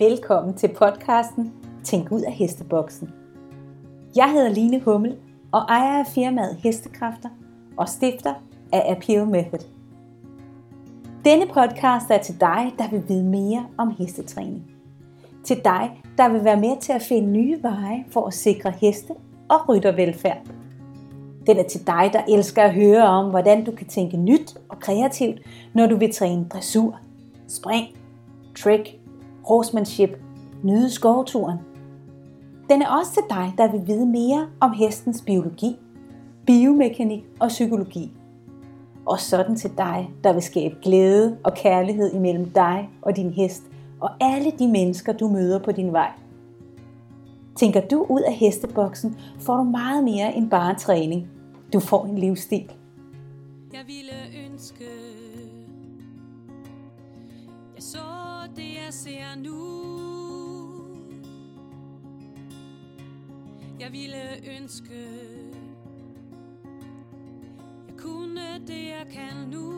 Velkommen til podcasten Tænk ud af hesteboksen. Jeg hedder Line Hummel og ejer af firmaet Hestekræfter og stifter af Appeal Method. Denne podcast er til dig, der vil vide mere om hestetræning. Til dig, der vil være med til at finde nye veje for at sikre heste- og ryttervelfærd. Den er til dig, der elsker at høre om, hvordan du kan tænke nyt og kreativt, når du vil træne dressur, spring, trick, horsemanship, nyde skovturen. Den er også til dig, der vil vide mere om hestens biologi, biomekanik og psykologi. Og sådan til dig, der vil skabe glæde og kærlighed imellem dig og din hest og alle de mennesker, du møder på din vej. Tænker du ud af hesteboksen, får du meget mere end bare træning. Du får en livsstil. Jeg ville ønske, jeg så det jeg ser nu. Jeg ville ønske, jeg kunne det jeg kan nu.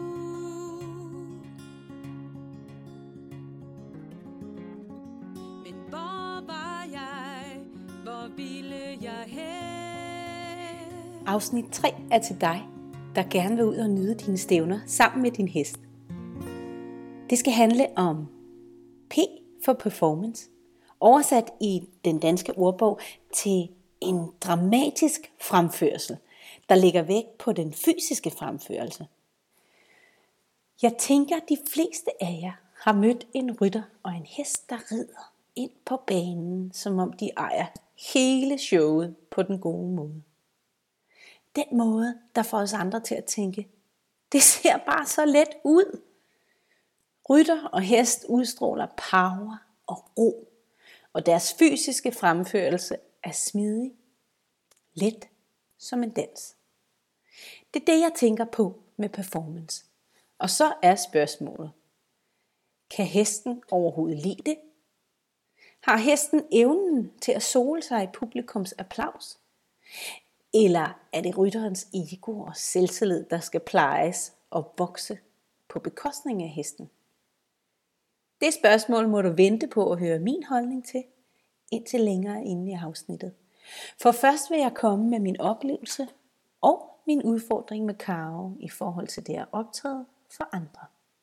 Men hvor var jeg, hvor ville jeg hen? Afsnit 3 er til dig, der gerne vil ud og nyde dine stævner sammen med din hest. Det skal handle om P for performance, oversat i den danske ordbog til en dramatisk fremførsel, der lægger vægt på den fysiske fremførelse. Jeg tænker, de fleste af jer har mødt en rytter og en hest, der rider ind på banen, som om de ejer hele showet på den gode måde. Den måde, der får os andre til at tænke, det ser bare så let ud. Rytter og hest udstråler power og ro, og deres fysiske fremførelse er smidig, let som en dans. Det er det, jeg tænker på med performance. Og så er spørgsmålet, kan hesten overhovedet lide det? Har hesten evnen til at sole sig i publikums applaus? Eller er det rytterens ego og selvtillid, der skal plejes og vokse på bekostning af hesten? Det spørgsmål må du vente på at høre min holdning til, indtil længere inde i afsnittet. For først vil jeg komme med min oplevelse og min udfordring med Caro i forhold til det at optræde for andre.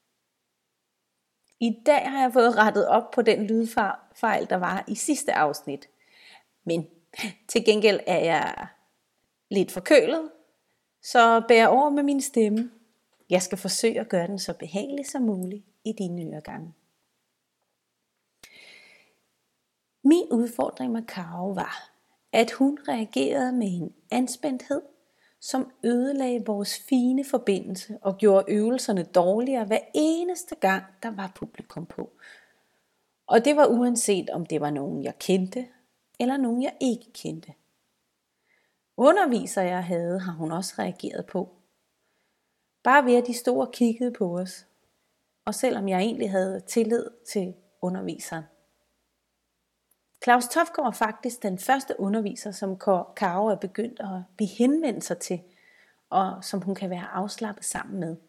I dag har jeg fået rettet op på den lydfejl, der var i sidste afsnit. Men til gengæld er jeg lidt forkølet, så bær over med min stemme. Jeg skal forsøge at gøre den så behagelig som muligt i dine øregange. Min udfordring med Caro var, at hun reagerede med en anspændthed, som ødelagde vores fine forbindelse og gjorde øvelserne dårligere hver eneste gang, der var publikum på. Og det var uanset om det var nogen, jeg kendte, eller nogen, jeg ikke kendte. Undervisere jeg havde, har hun også reageret på. Bare ved at de stod og kiggede på os. Og selvom jeg egentlig havde tillid til underviseren. Claus Tofgaard er faktisk den første underviser, som Caro er begyndt at blive henvendt sig til, og som hun kan være afslappet sammen med.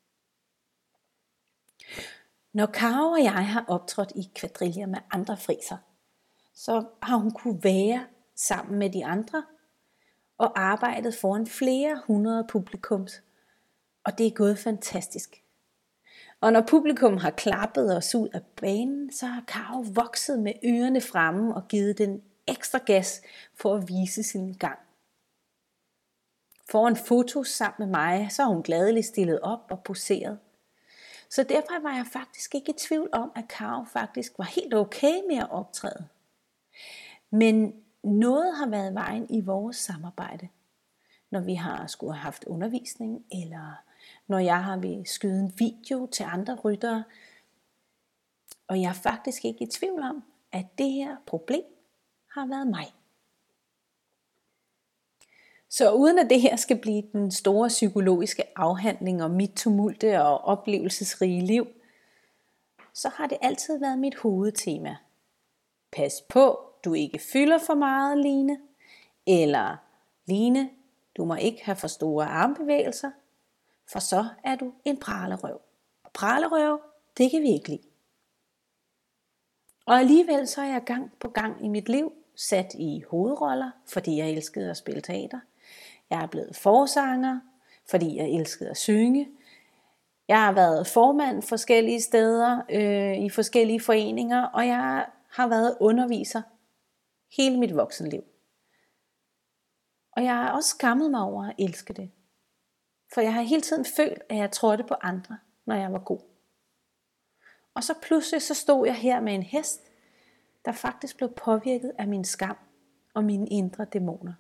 Når Caro og jeg har optrådt i kvadriller med andre friser, så har hun kunne være sammen med de andre, og arbejdet foran flere hundrede publikums, og det er gået fantastisk. Og når publikum har klappet os ud af banen, så har Caro vokset med ørerne fremme og givet den ekstra gas for at vise sin gang. Foran fotos sammen med mig, så har hun gladeligt stillet op og poseret. Så derfor var jeg faktisk ikke i tvivl om, at Caro faktisk var helt okay med at optræde. Men noget har været vejen i vores samarbejde, når vi har skulle have haft undervisning, eller når jeg har vil skyde en video til andre ryttere. Og jeg er faktisk ikke i tvivl om, at det her problem har været mig. Så uden at det her skal blive den store psykologiske afhandling om mit tumulte og oplevelsesrige liv, så har det altid været mit hovedtema. Pas på, du ikke fylder for meget, Line. Eller, Line, du må ikke have for store armbevægelser, for så er du en pralerøv. Og pralerøv, det kan vi ikke lide. Og alligevel så er jeg gang på gang i mit liv sat i hovedroller, fordi jeg elskede at spille teater. Jeg er blevet forsanger, fordi jeg elskede at synge. Jeg har været formand forskellige steder, i forskellige foreninger, og jeg har været underviser hele mit voksenliv. Og jeg har også skammet mig over at elske det. For jeg har hele tiden følt, at jeg trådte på andre, når jeg var god. Og så pludselig så stod jeg her med en hest, der faktisk blev påvirket af min skam og mine indre dæmoner.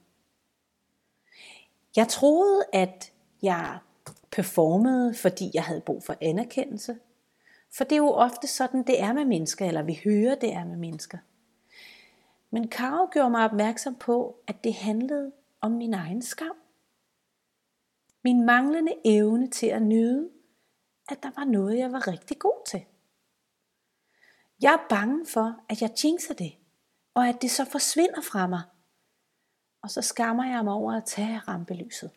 Jeg troede, at jeg performede, fordi jeg havde brug for anerkendelse. For det er jo ofte sådan, det er med mennesker, eller vi hører, det er med mennesker. Men Karo gjorde mig opmærksom på, at det handlede om min egen skam. Min manglende evne til at nyde, at der var noget, jeg var rigtig god til. Jeg er bange for, at jeg jinxer det, og at det så forsvinder fra mig. Og så skammer jeg mig over at tage rampelyset.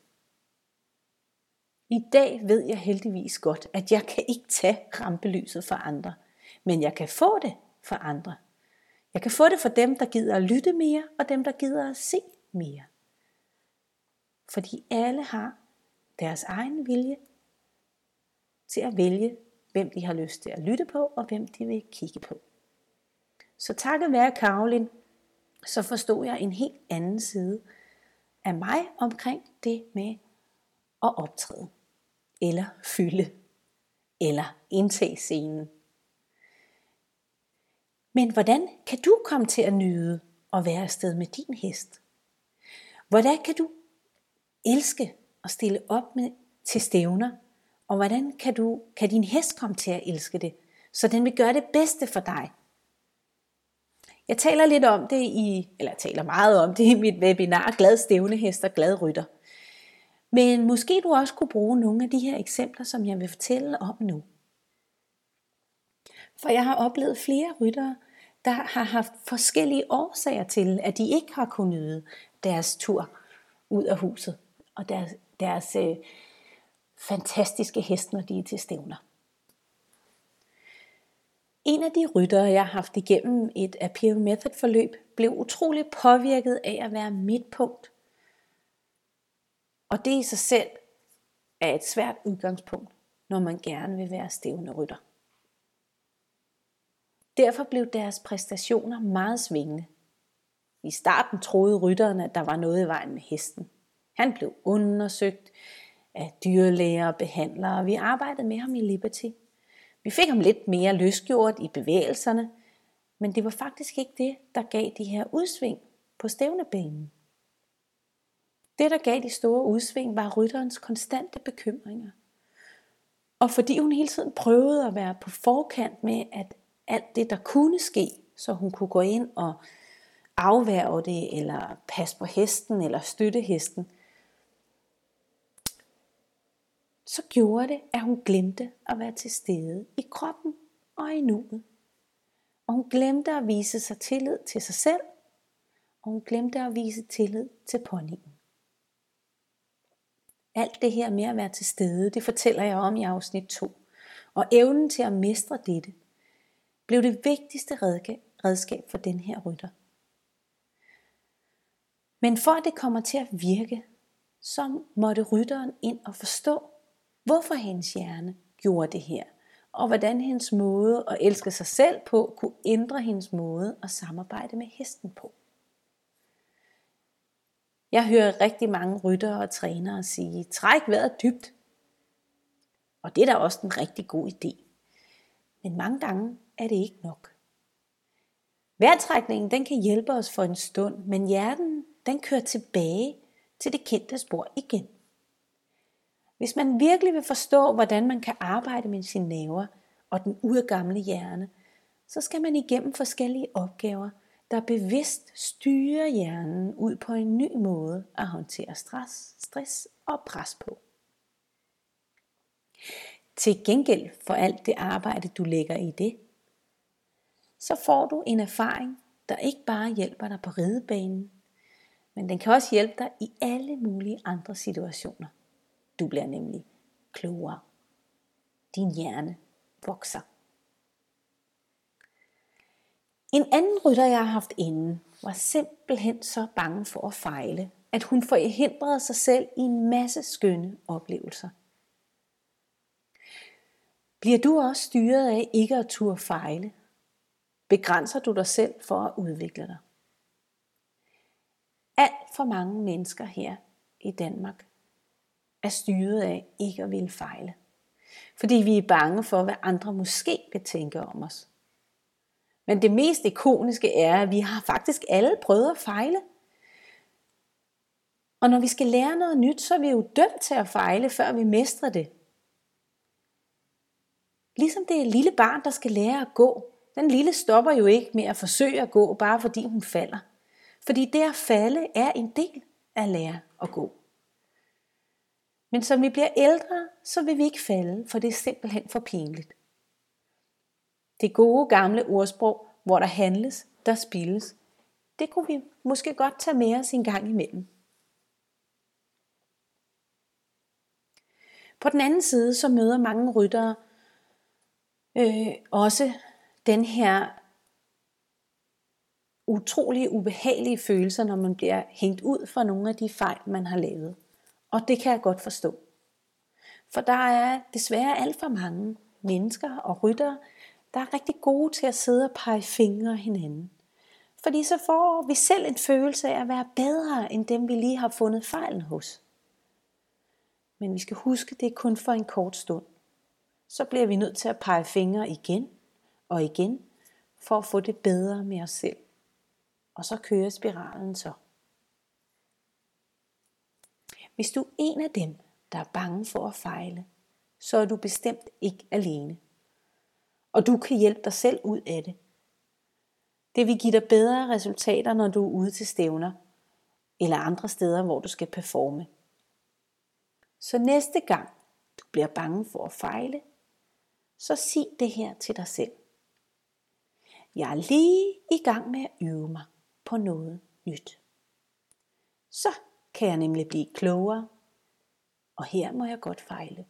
I dag ved jeg heldigvis godt, at jeg kan ikke tage rampelyset for andre, men jeg kan få det for andre. Jeg kan få det for dem, der gider at lytte mere, og dem, der gider at se mere. Fordi alle har deres egen vilje til at vælge, hvem de har lyst til at lytte på, og hvem de vil kigge på. Så takket være Caroline, så forstod jeg en helt anden side af mig omkring det med at optræde, eller fylde, eller indtage scenen. Men hvordan kan du komme til at nyde at være afsted med din hest? Hvordan kan du elske at stille op til stævner? Og hvordan kan din hest komme til at elske det, så den vil gøre det bedste for dig? Jeg taler lidt om det taler meget om det i mit webinar, Glad stævnehest og glad rytter. Men måske du også kunne bruge nogle af de her eksempler, som jeg vil fortælle om nu. For jeg har oplevet flere ryttere, der har haft forskellige årsager til, at de ikke har kunnet nyde deres tur ud af huset og deres fantastiske hest, når de er til stævner. En af de ryttere, jeg har haft igennem et Appeal Method forløb, blev utrolig påvirket af at være midtpunkt. Og det i sig selv er et svært udgangspunkt, når man gerne vil være stævnerytter. Derfor blev deres præstationer meget svingende. I starten troede rytteren, at der var noget i vejen med hesten. Han blev undersøgt af dyrlæger og behandlere, og vi arbejdede med ham i Liberty. Vi fik ham lidt mere løsgjort i bevægelserne, men det var faktisk ikke det, der gav de her udsving på stævnebanen. Det, der gav de store udsving, var rytterens konstante bekymringer. Og fordi hun hele tiden prøvede at være på forkant med, at alt det, der kunne ske, så hun kunne gå ind og afværge det, eller passe på hesten, eller støtte hesten, så gjorde det, at hun glemte at være til stede i kroppen og i nuet. Og hun glemte at vise sig tillid til sig selv, og hun glemte at vise tillid til ponyen. Alt det her med at være til stede, det fortæller jeg om i afsnit 2. Og evnen til at mestre dette, blev det vigtigste redskab for den her rytter. Men for at det kommer til at virke, så måtte rytteren ind og forstå, hvorfor hendes hjerne gjorde det her, og hvordan hendes måde at elske sig selv på kunne ændre hendes måde at samarbejde med hesten på. Jeg hører rigtig mange ryttere og trænere sige, træk vejret dybt. Og det er da også en rigtig god idé. Men mange gange er det ikke nok. Vejrtrækningen den kan hjælpe os for en stund, men hjernen den kører tilbage til det kendte spor igen. Hvis man virkelig vil forstå, hvordan man kan arbejde med sine nerver og den urgamle hjerne, så skal man igennem forskellige opgaver, der bevidst styrer hjernen ud på en ny måde at håndtere stress og pres på. Til gengæld for alt det arbejde, du lægger i det, så får du en erfaring, der ikke bare hjælper dig på ridebanen, men den kan også hjælpe dig i alle mulige andre situationer. Du bliver nemlig klogere. Din hjerne vokser. En anden rytter, jeg har haft inden, var simpelthen så bange for at fejle, at hun forhindrede sig selv i en masse skønne oplevelser. Bliver du også styret af ikke at turde fejle? Begrænser du dig selv for at udvikle dig? Alt for mange mennesker her i Danmark er styret af ikke at ville fejle. Fordi vi er bange for, hvad andre måske vil tænke om os. Men det mest ikoniske er, at vi har faktisk alle prøvet at fejle. Og når vi skal lære noget nyt, så er vi jo dømt til at fejle, før vi mestrer det. Ligesom det er et lille barn, der skal lære at gå. Den lille stopper jo ikke med at forsøge at gå, bare fordi hun falder. Fordi det at falde er en del af at lære at gå. Men som vi bliver ældre, så vil vi ikke falde, for det er simpelthen for pinligt. Det gode gamle ordsprog, hvor der handles, der spildes, det kunne vi måske godt tage med os en gang imellem. På den anden side, så møder mange ryttere også den her utrolige ubehagelige følelser, når man bliver hængt ud for nogle af de fejl, man har lavet. Og det kan jeg godt forstå. For der er desværre alt for mange mennesker og ryttere, der er rigtig gode til at sidde og pege fingre af hinanden. Fordi så får vi selv en følelse af at være bedre end dem, vi lige har fundet fejlen hos. Men vi skal huske, det er kun for en kort stund. Så bliver vi nødt til at pege fingre igen og igen, for at få det bedre med os selv. Og så kører spiralen så. Hvis du er en af dem, der er bange for at fejle, så er du bestemt ikke alene. Og du kan hjælpe dig selv ud af det. Det vil give dig bedre resultater, når du er ude til stævner, eller andre steder, hvor du skal performe. Så næste gang du bliver bange for at fejle, så sig det her til dig selv. Jeg er lige i gang med at øve mig på noget nyt. Så kan jeg nemlig blive klogere, og her må jeg godt fejle.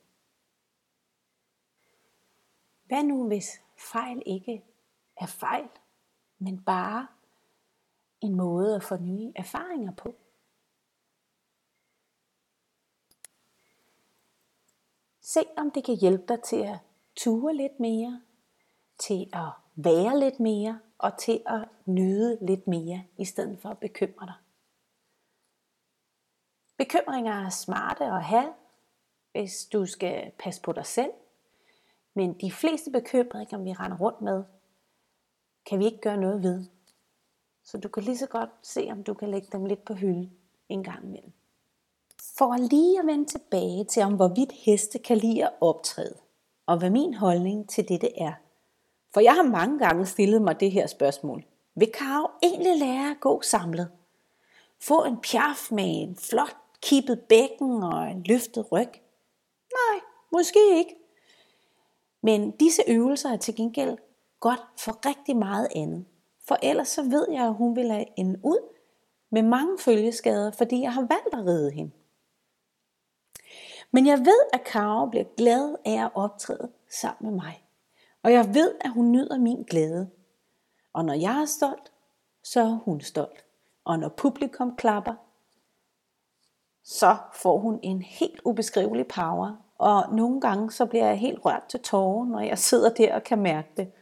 Hvad nu hvis fejl ikke er fejl, men bare en måde at få nye erfaringer på? Se om det kan hjælpe dig til at ture lidt mere, til at være lidt mere og til at nyde lidt mere i stedet for at bekymre dig. Bekymringer er smarte at have, hvis du skal passe på dig selv. Men de fleste bekymringer, vi render rundt med, kan vi ikke gøre noget ved. Så du kan lige så godt se, om du kan lægge dem lidt på hylden en gang imellem. For lige at vende tilbage til, om hvorvidt heste kan lide at optræde, og hvad min holdning til dette er. For jeg har mange gange stillet mig det her spørgsmål. Vil Karo egentlig lære at gå samlet? Få en pjaf med en flot kippet bækken og en løftet ryg? Nej, måske ikke. Men disse øvelser er til gengæld godt for rigtig meget andet. For ellers så ved jeg, at hun vil ende ud med mange følgeskader, fordi jeg har valgt at ride hende. Men jeg ved, at Karo bliver glad af at optræde sammen med mig. Og jeg ved, at hun nyder min glæde. Og når jeg er stolt, så er hun stolt. Og når publikum klapper, så får hun en helt ubeskrivelig power. Og nogle gange så bliver jeg helt rørt til tårer, når jeg sidder der og kan mærke det.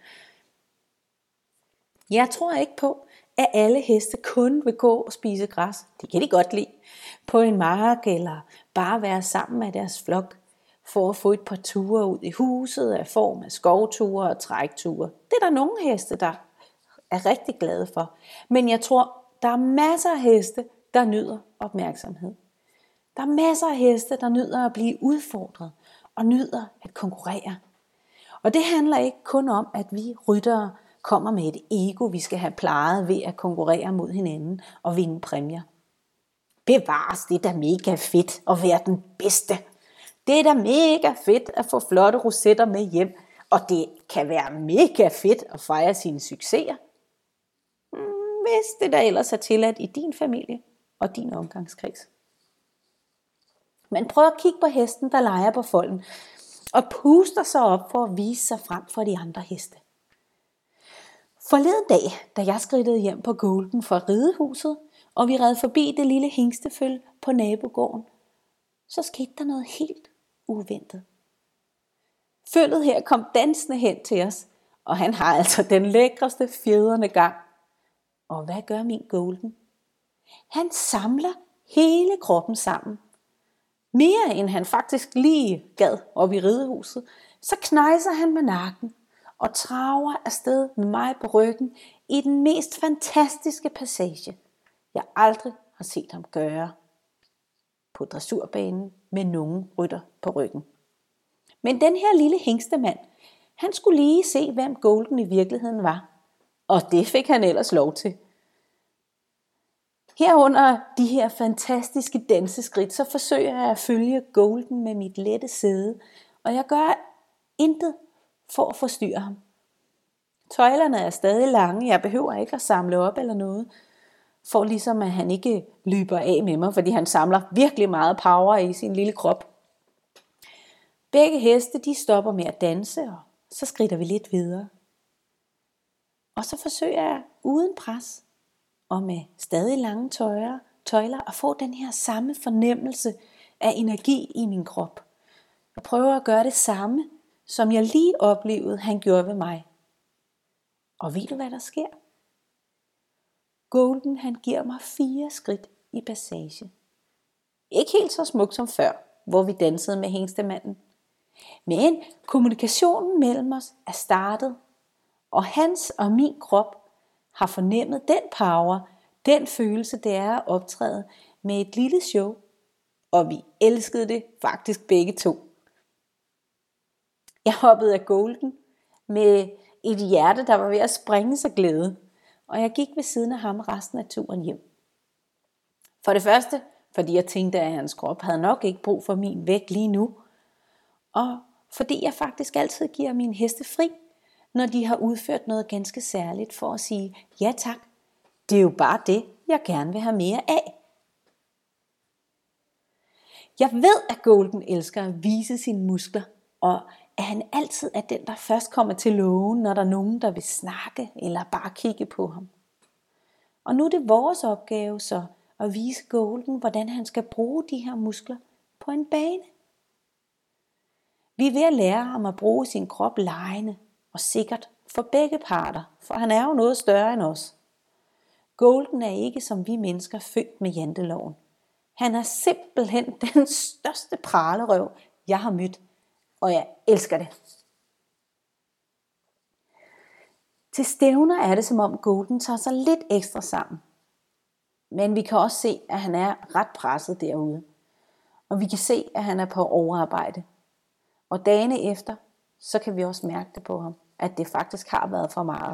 Jeg tror ikke på, at alle heste kun vil gå og spise græs. Det kan de godt lide. På en mark eller bare være sammen med deres flok. For at få et par ture ud i huset af form af skovture og trækture. Det er der nogle heste, der er rigtig glade for. Men jeg tror, der er masser af heste, der nyder opmærksomhed. Der er masser af heste, der nyder at blive udfordret og nyder at konkurrere. Og det handler ikke kun om, at vi ryttere kommer med et ego, vi skal have plejet ved at konkurrere mod hinanden og vinde præmier. Bevares, det er da mega fedt at være den bedste. Det er da mega fedt at få flotte rosetter med hjem, og det kan være mega fedt at fejre sine succeser. Hvis det der ellers er tilladt i din familie og din omgangskreds. Men prøv at kigge på hesten, der leger på folden, og puster sig op for at vise sig frem for de andre heste. Forleden dag, da jeg skridtede hjem på Golden fra ridehuset, og vi red forbi det lille hingsteføl på nabogården, så skete der noget helt uventet. Føllet her kom dansende hen til os, og han har altså den lækreste fjedrende gang. Og hvad gør min Golden? Han samler hele kroppen sammen. Mere end han faktisk lige gad op i ridehuset, så knejser han med nakken og traver afsted med mig på ryggen i den mest fantastiske passage, jeg aldrig har set ham gøre på dressurbanen med nogen rytter på ryggen. Men den her lille hængstemand, han skulle lige se, hvem Golden i virkeligheden var. Og det fik han ellers lov til. Herunder de her fantastiske danseskridt, så forsøger jeg at følge Golden med mit lette sæde, og jeg gør intet for at forstyrre ham. Tøjlerne er stadig lange, jeg behøver ikke at samle op eller noget, for ligesom at han ikke løber af med mig, fordi han samler virkelig meget power i sin lille krop. Begge heste, de stopper med at danse, og så skridter vi lidt videre. Og så forsøger jeg uden pres og med stadig lange tøjler at få den her samme fornemmelse af energi i min krop. Jeg prøver at gøre det samme, som jeg lige oplevede, han gjorde ved mig. Og ved du, hvad der sker? Golden, han giver mig 4 skridt i passage. Ikke helt så smukt som før, hvor vi dansede med hængstemanden. Men kommunikationen mellem os er startet, og hans og min krop har fornemmet den power, den følelse det er at optræde med et lille show, og vi elskede det faktisk begge to. Jeg hoppede af Golden med et hjerte, der var ved at springe sig glæde, og jeg gik ved siden af ham resten af turen hjem. For det første, fordi jeg tænkte, at hans krop havde nok ikke brug for min vægt lige nu, og fordi jeg faktisk altid giver mine heste fri, når de har udført noget ganske særligt, for at sige, ja tak, det er jo bare det, jeg gerne vil have mere af. Jeg ved, at Golden elsker at vise sine muskler, og at han altid er den, der først kommer til lågen, når der er nogen, der vil snakke eller bare kigge på ham. Og nu er det vores opgave så at vise Golden, hvordan han skal bruge de her muskler på en bane. Vi er ved at lære ham at bruge sin krop legende og sikkert for begge parter, for han er jo noget større end os. Golden er ikke som vi mennesker født med janteloven. Han er simpelthen den største pralerøv, jeg har mødt, og jeg elsker det. Til stævner er det som om Golden tager sig lidt ekstra sammen. Men vi kan også se, at han er ret presset derude. Og vi kan se, at han er på overarbejde. Og dagene efter, så kan vi også mærke det på ham, at det faktisk har været for meget.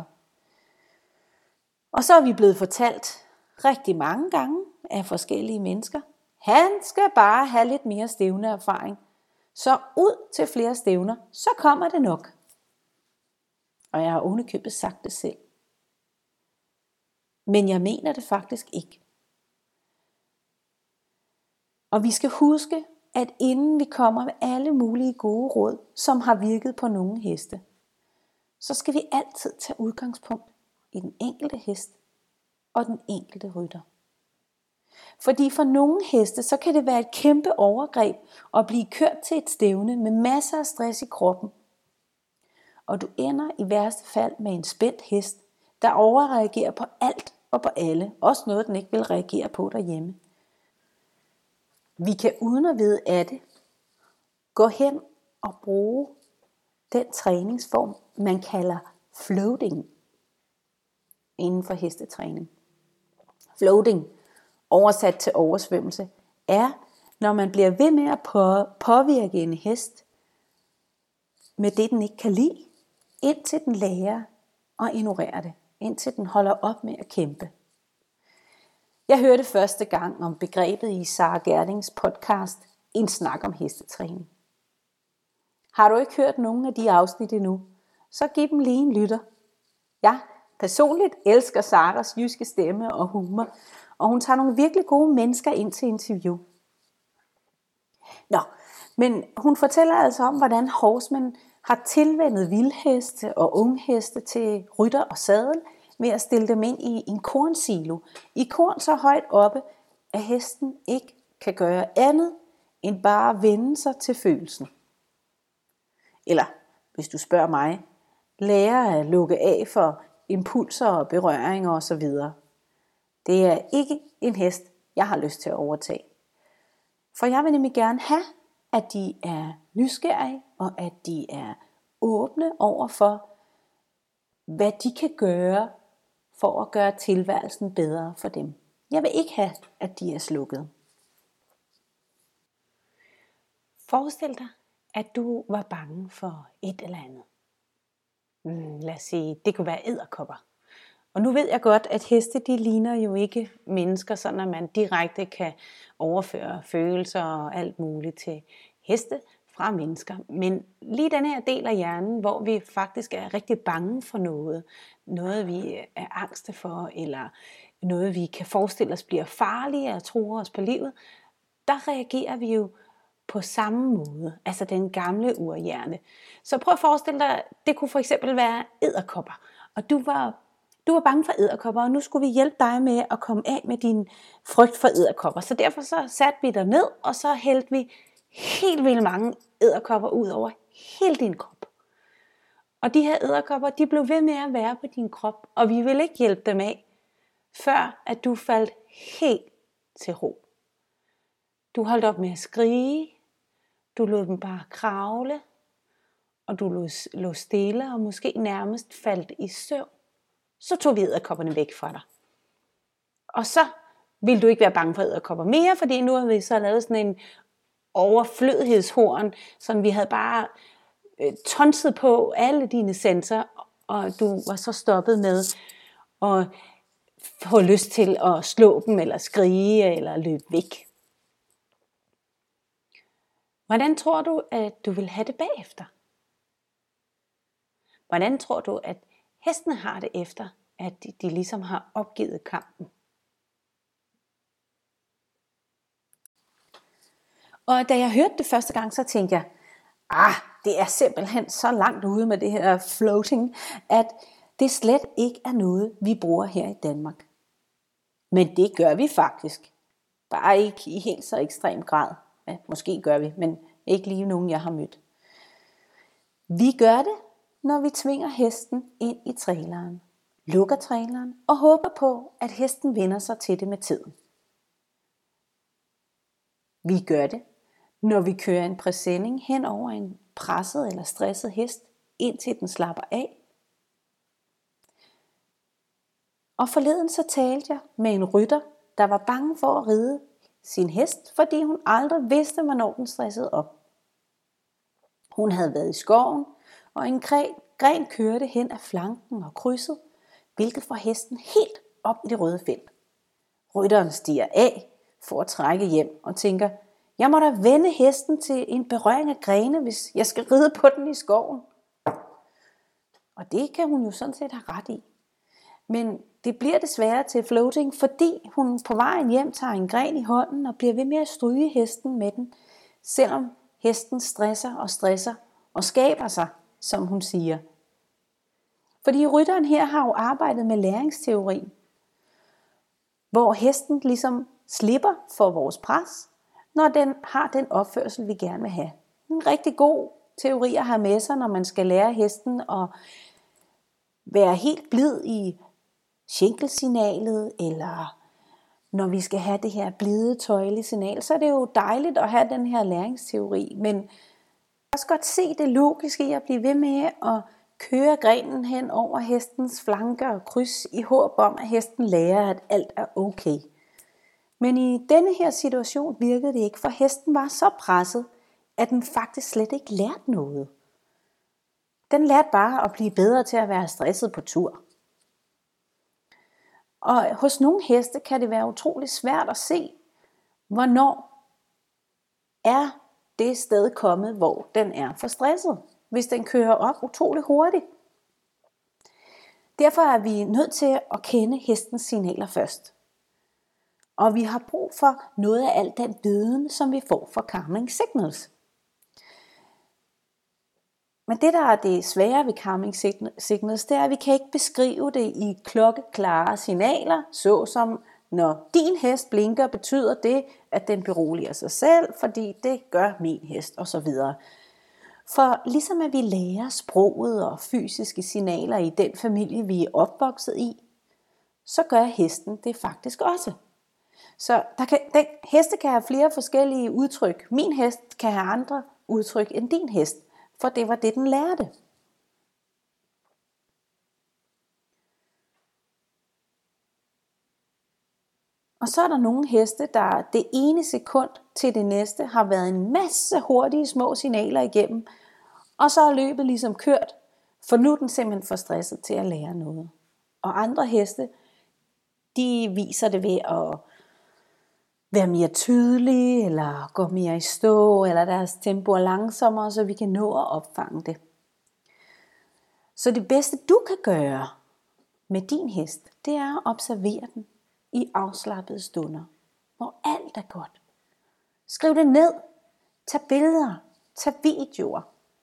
Og så er vi blevet fortalt rigtig mange gange af forskellige mennesker, han skal bare have lidt mere stævneerfaring. Så ud til flere stævner, så kommer det nok. Og jeg har ovenikøbet sagt det selv. Men jeg mener det faktisk ikke. Og vi skal huske, at inden vi kommer med alle mulige gode råd, som har virket på nogle heste, så skal vi altid tage udgangspunkt i den enkelte hest og den enkelte rytter. Fordi for nogle heste, så kan det være et kæmpe overgreb at blive kørt til et stævne med masser af stress i kroppen. Og du ender i værste fald med en spændt hest, der overreagerer på alt og på alle, også noget den ikke vil reagere på derhjemme. Vi kan uden at vide af det, gå hen og bruge den træningsform, man kalder floating inden for hestetræning. Floating, oversat til oversvømmelse, er, når man bliver ved med at påvirke en hest med det, den ikke kan lide, indtil den lærer at ignorere det, indtil den holder op med at kæmpe. Jeg hørte første gang om begrebet i Sara Gerdings podcast, En snak om hestetræning. Har du ikke hørt nogen af de afsnit endnu, så giv dem lige en lytter. Jeg personligt elsker Saras jyske stemme og humor, og hun tager nogle virkelig gode mennesker ind til interview. Men hun fortæller altså om, hvordan horsemen har tilvænnet vildheste og ungheste til rytter og sadel ved at stille dem ind i en kornsilo. I korn så højt oppe, at hesten ikke kan gøre andet end bare vende sig til følelsen. Eller, hvis du spørger mig, lære at lukke af for impulser og berøringer osv. Det er ikke en hest, jeg har lyst til at overtage. For jeg vil nemlig gerne have, at de er nysgerrige, og at de er åbne over for, hvad de kan gøre for at gøre tilværelsen bedre for dem. Jeg vil ikke have, at de er slukket. Forestil dig, at du var bange for et eller andet. Lad os sige, det kunne være edderkopper. Og nu ved jeg godt, at heste de ligner jo ikke mennesker, sådan at man direkte kan overføre følelser og alt muligt til heste fra mennesker. Men lige den her del af hjernen, hvor vi faktisk er rigtig bange for noget vi er angste for, eller noget vi kan forestille os bliver farligt og truer os på livet, der reagerer vi jo på samme måde, altså den gamle urhjerne. Så prøv at forestille dig, det kunne for eksempel være edderkopper, og du var bange for edderkopper, og nu skulle vi hjælpe dig med at komme af med din frygt for edderkopper. Så derfor så satte vi dig ned, og så hældte vi helt vildt mange edderkopper ud over hele din krop. Og de her edderkopper, de blev ved med at være på din krop, og vi ville ikke hjælpe dem af, før at du faldt helt til ro. Du holdt op med at skrige, du lod dem bare kravle, og du lå stille og måske nærmest faldt i søvn. Så tog vi edderkopperne væk fra dig. Og så ville du ikke være bange for edderkopper mere, fordi nu har vi så lavet sådan en overflødighedshorn, som vi havde bare tonset på alle dine sensorer, og du var så stoppet med at få lyst til at slå dem, eller skrige, eller løbe væk. Hvordan tror du, at du vil have det bagefter? Hvordan tror du, at hestene har det efter, at de ligesom har opgivet kampen? Og da jeg hørte det første gang, så tænkte jeg, det er simpelthen så langt ude med det her floating, at det slet ikke er noget, vi bruger her i Danmark. Men det gør vi faktisk. Bare ikke i helt så ekstrem grad. Ja, måske gør vi, men ikke lige nogen, jeg har mødt. Vi gør det, når vi tvinger hesten ind i traileren, lukker traileren og håber på, at hesten vender sig til det med tiden. Vi gør det, når vi kører en præsending hen over en presset eller stresset hest, indtil den slapper af. Og forleden så talte jeg med en rytter, der var bange for at ride sin hest, fordi hun aldrig vidste, hvornår den stressede op. Hun havde været i skoven, og en gren kørte hen ad flanken og krydset, hvilket får hesten helt op i det røde felt. Rytteren stiger af for at trække hjem og tænker, jeg må da vende hesten til en berøring af grene, hvis jeg skal ride på den i skoven. Og det kan hun jo sådan set have ret i. Men det bliver desværre til floating, fordi hun på vejen hjem tager en gren i hånden og bliver ved med at stryge hesten med den, selvom hesten stresser og skaber sig, som hun siger. Fordi rytteren her har jo arbejdet med læringsteori, hvor hesten ligesom slipper for vores pres, når den har den opførsel, vi gerne vil have. En rigtig god teori at have med sig, når man skal lære hesten at være helt blid i skænkelsignalet, eller når vi skal have det her blide, tøjelige signal, så er det jo dejligt at have den her læringsteori. Men jeg kan også godt se det logiske i at blive ved med at køre grenen hen over hestens flanker og kryds i håb om, at hesten lærer, at alt er okay. Men i denne her situation virkede det ikke, for hesten var så presset, at den faktisk slet ikke lærte noget. Den lærte bare at blive bedre til at være stresset på tur. Og hos nogle heste kan det være utrolig svært at se, hvornår er det sted kommet, hvor den er for stresset, hvis den kører op utrolig hurtigt. Derfor er vi nødt til at kende hestens signaler først. Og vi har brug for noget af al den viden, som vi får fra calming signals. Men det, der er det svære ved calming signals, det er, at vi kan ikke beskrive det i klokkeklare signaler, såsom når din hest blinker, betyder det, at den beroliger sig selv, fordi det gør min hest, osv. For ligesom at vi lærer sproget og fysiske signaler i den familie, vi er opvokset i, så gør hesten det faktisk også. Så heste kan have flere forskellige udtryk. Min hest kan have andre udtryk end din hest, for det var det, den lærte. Og så er der nogle heste, der det ene sekund til det næste har været en masse hurtige små signaler igennem, og så er løbet ligesom kørt, for nu er den simpelthen for stresset til at lære noget. Og andre heste, de viser det ved at være mere tydelige, eller gå mere i stå, eller deres tempo er langsommere, så vi kan nå at opfange det. Så det bedste du kan gøre med din hest, det er at observere den i afslappede stunder, hvor alt er godt. Skriv det ned, tag billeder, tag videoer.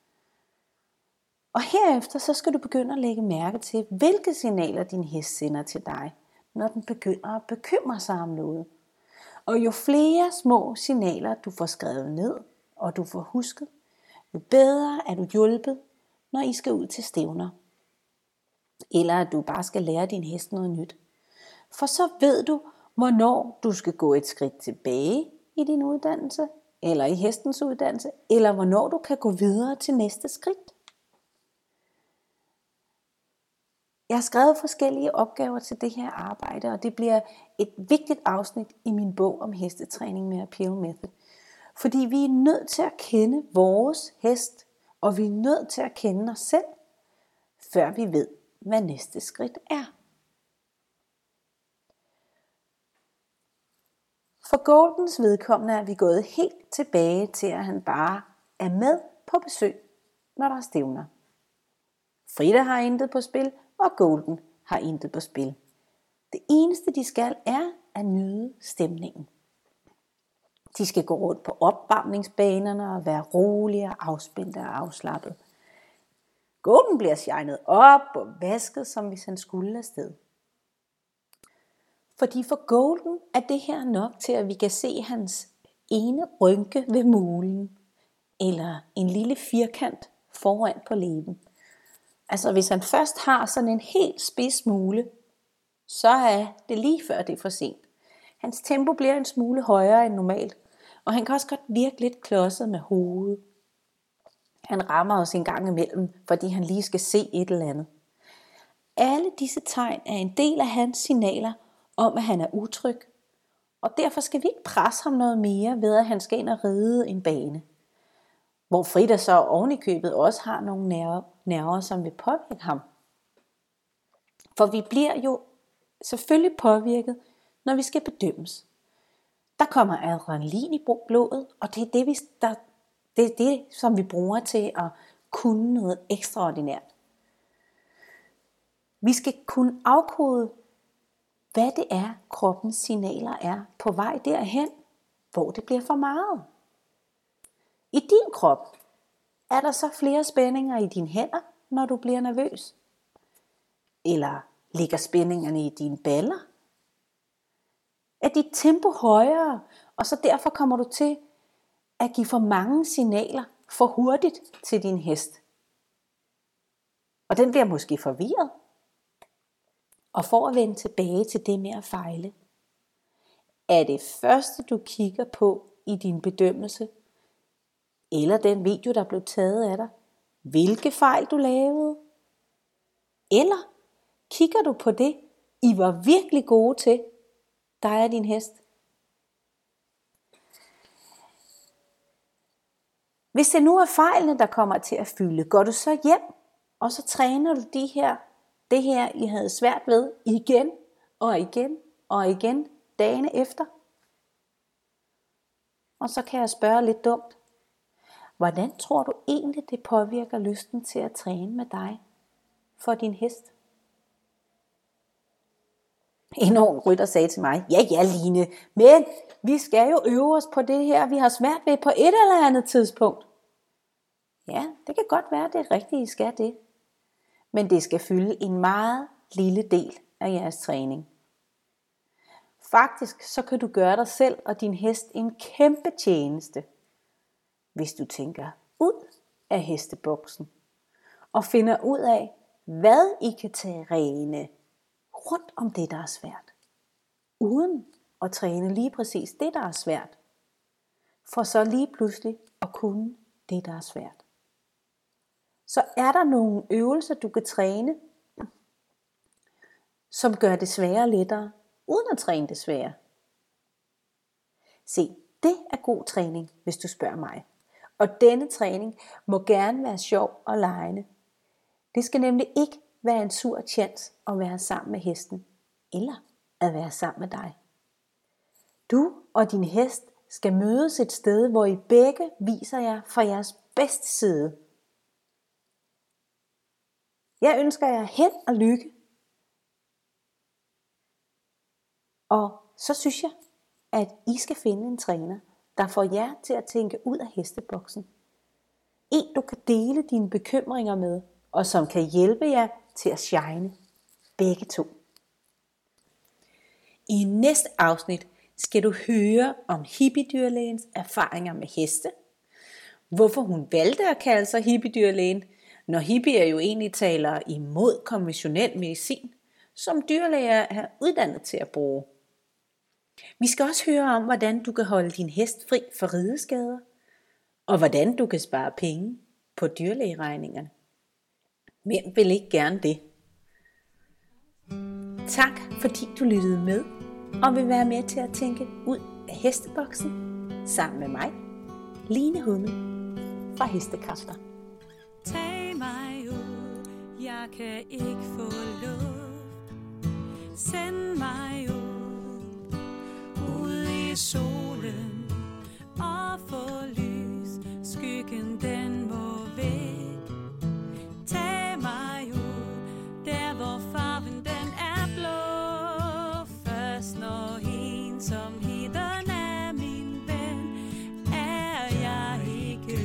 Og herefter så skal du begynde at lægge mærke til, hvilke signaler din hest sender til dig, når den begynder at bekymre sig om noget. Og jo flere små signaler du får skrevet ned, og du får husket, jo bedre er du hjulpet, når I skal ud til stævner. Eller at du bare skal lære din hest noget nyt. For så ved du, hvornår du skal gå et skridt tilbage i din uddannelse, eller i hestens uddannelse, eller hvornår du kan gå videre til næste skridt. Jeg har skrevet forskellige opgaver til det her arbejde, og det bliver et vigtigt afsnit i min bog om hestetræning med Appeal Method. Fordi vi er nødt til at kende vores hest, og vi er nødt til at kende os selv, før vi ved, hvad næste skridt er. For Goldens vedkommende er vi gået helt tilbage til, at han bare er med på besøg, når der er stævner. Frida har intet på spil, og Golden har intet på spil. Det eneste de skal er at nyde stemningen. De skal gå rundt på opvarmningsbanerne og være rolige og afspændte og afslappet. Golden bliver shined op og vasket, som hvis han skulle afsted. Fordi for Golden er det her nok til, at vi kan se hans ene rynke ved mulen, eller en lille firkant foran på læben. Altså hvis han først har sådan en helt spids mule, så er det lige før det er for sent. Hans tempo bliver en smule højere end normalt, og han kan også godt virke lidt klodset med hovedet. Han rammer os en gang imellem, fordi han lige skal se et eller andet. Alle disse tegn er en del af hans signaler om, at han er utryg, og derfor skal vi ikke presse ham noget mere ved, at han skal ind og ride en bane. Hvor Frida så oven i købet også har nogle nerver, som vil påvirke ham. For vi bliver jo selvfølgelig påvirket, når vi skal bedømmes. Der kommer adrenalin i blodet, og det er det, som vi bruger til at kunne noget ekstraordinært. Vi skal kunne afkode, hvad det er, kroppens signaler er på vej derhen, hvor det bliver for meget. I din krop er der så flere spændinger i dine hænder, når du bliver nervøs? Eller ligger spændingerne i dine baller? Er dit tempo højere, og så derfor kommer du til at give for mange signaler for hurtigt til din hest? Og den bliver måske forvirret. Og for at vende tilbage til det med at fejle, er det første du kigger på i din bedømmelse, eller den video, der blev taget af dig, hvilke fejl du lavede? Eller kigger du på det, I var virkelig gode til, dig og din hest? Hvis det nu er fejlene, der kommer til at fylde, går du så hjem, og så træner du det her, I havde svært ved, igen og igen og igen, dagene efter? Og så kan jeg spørge lidt dumt. Hvordan tror du egentlig, det påvirker lysten til at træne med dig for din hest? En ung rytter sagde til mig, ja Line, men vi skal jo øve os på det her, vi har svært ved på et eller andet tidspunkt. Ja, det kan godt være, det er rigtigt, I skal det. Men det skal fylde en meget lille del af jeres træning. Faktisk så kan du gøre dig selv og din hest en kæmpe tjeneste, hvis du tænker ud af hesteboksen og finder ud af, hvad I kan træne rundt om det, der er svært, uden at træne lige præcis det, der er svært, for så lige pludselig at kunne det, der er svært. Så er der nogle øvelser, du kan træne, som gør det svære lettere, uden at træne det svære. Se, det er god træning, hvis du spørger mig. Og denne træning må gerne være sjov og legende. Det skal nemlig ikke være en sur tjans at være sammen med hesten, eller at være sammen med dig. Du og din hest skal mødes et sted, hvor I begge viser jer fra jeres bedste side. Jeg ønsker jer held og lykke. Og så synes jeg, at I skal finde en træner, der får jer til at tænke ud af hesteboksen. En, du kan dele dine bekymringer med, og som kan hjælpe jer til at shine begge to. I næste afsnit skal du høre om hippiedyrlægens erfaringer med heste, hvorfor hun valgte at kalde sig hippiedyrlægen, når hippier jo egentlig taler imod konventionel medicin, som dyrlæger er uddannet til at bruge. Vi skal også høre om, hvordan du kan holde din hest fri for rideskader, og hvordan du kan spare penge på dyrlægeregningerne. Hvem vil ikke gerne det? Tak fordi du lyttede med, og vil være med til at tænke ud af hesteboksen sammen med mig, Line Hummel fra Hestekræfter. Tag mig ud, jeg kan ikke få luft. Send mig ud i solen og få lys. Skyggen den må væk. Tag mig ud, der hvor farven den er blå. Først når ensomheden er min ven, er jeg ikke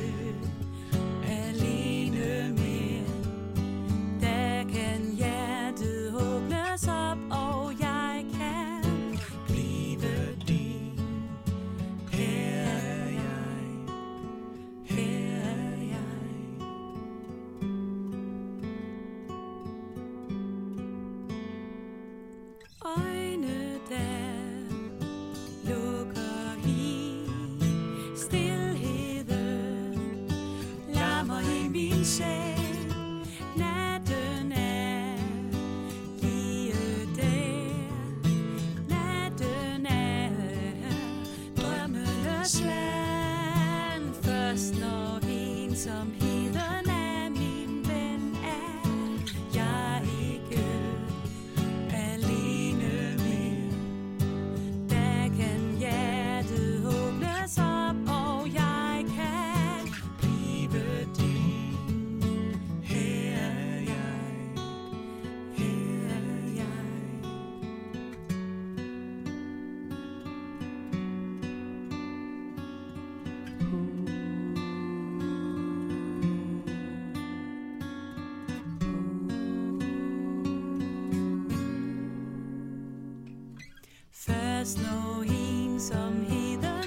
alene mere. Der kan hjertet åbnes op, og jeg kan blive din. Her er jeg, her er jeg. Øjne der lukker i stilheden, larmer i min sjæl. Natten er lige der, natten er drømmenes land. Først når ensomheden er min ven, er jeg ikke alene mere. Der kan hjertet åbnes op, og jeg kan blive din. Her er jeg, her er jeg. Først når ensomheden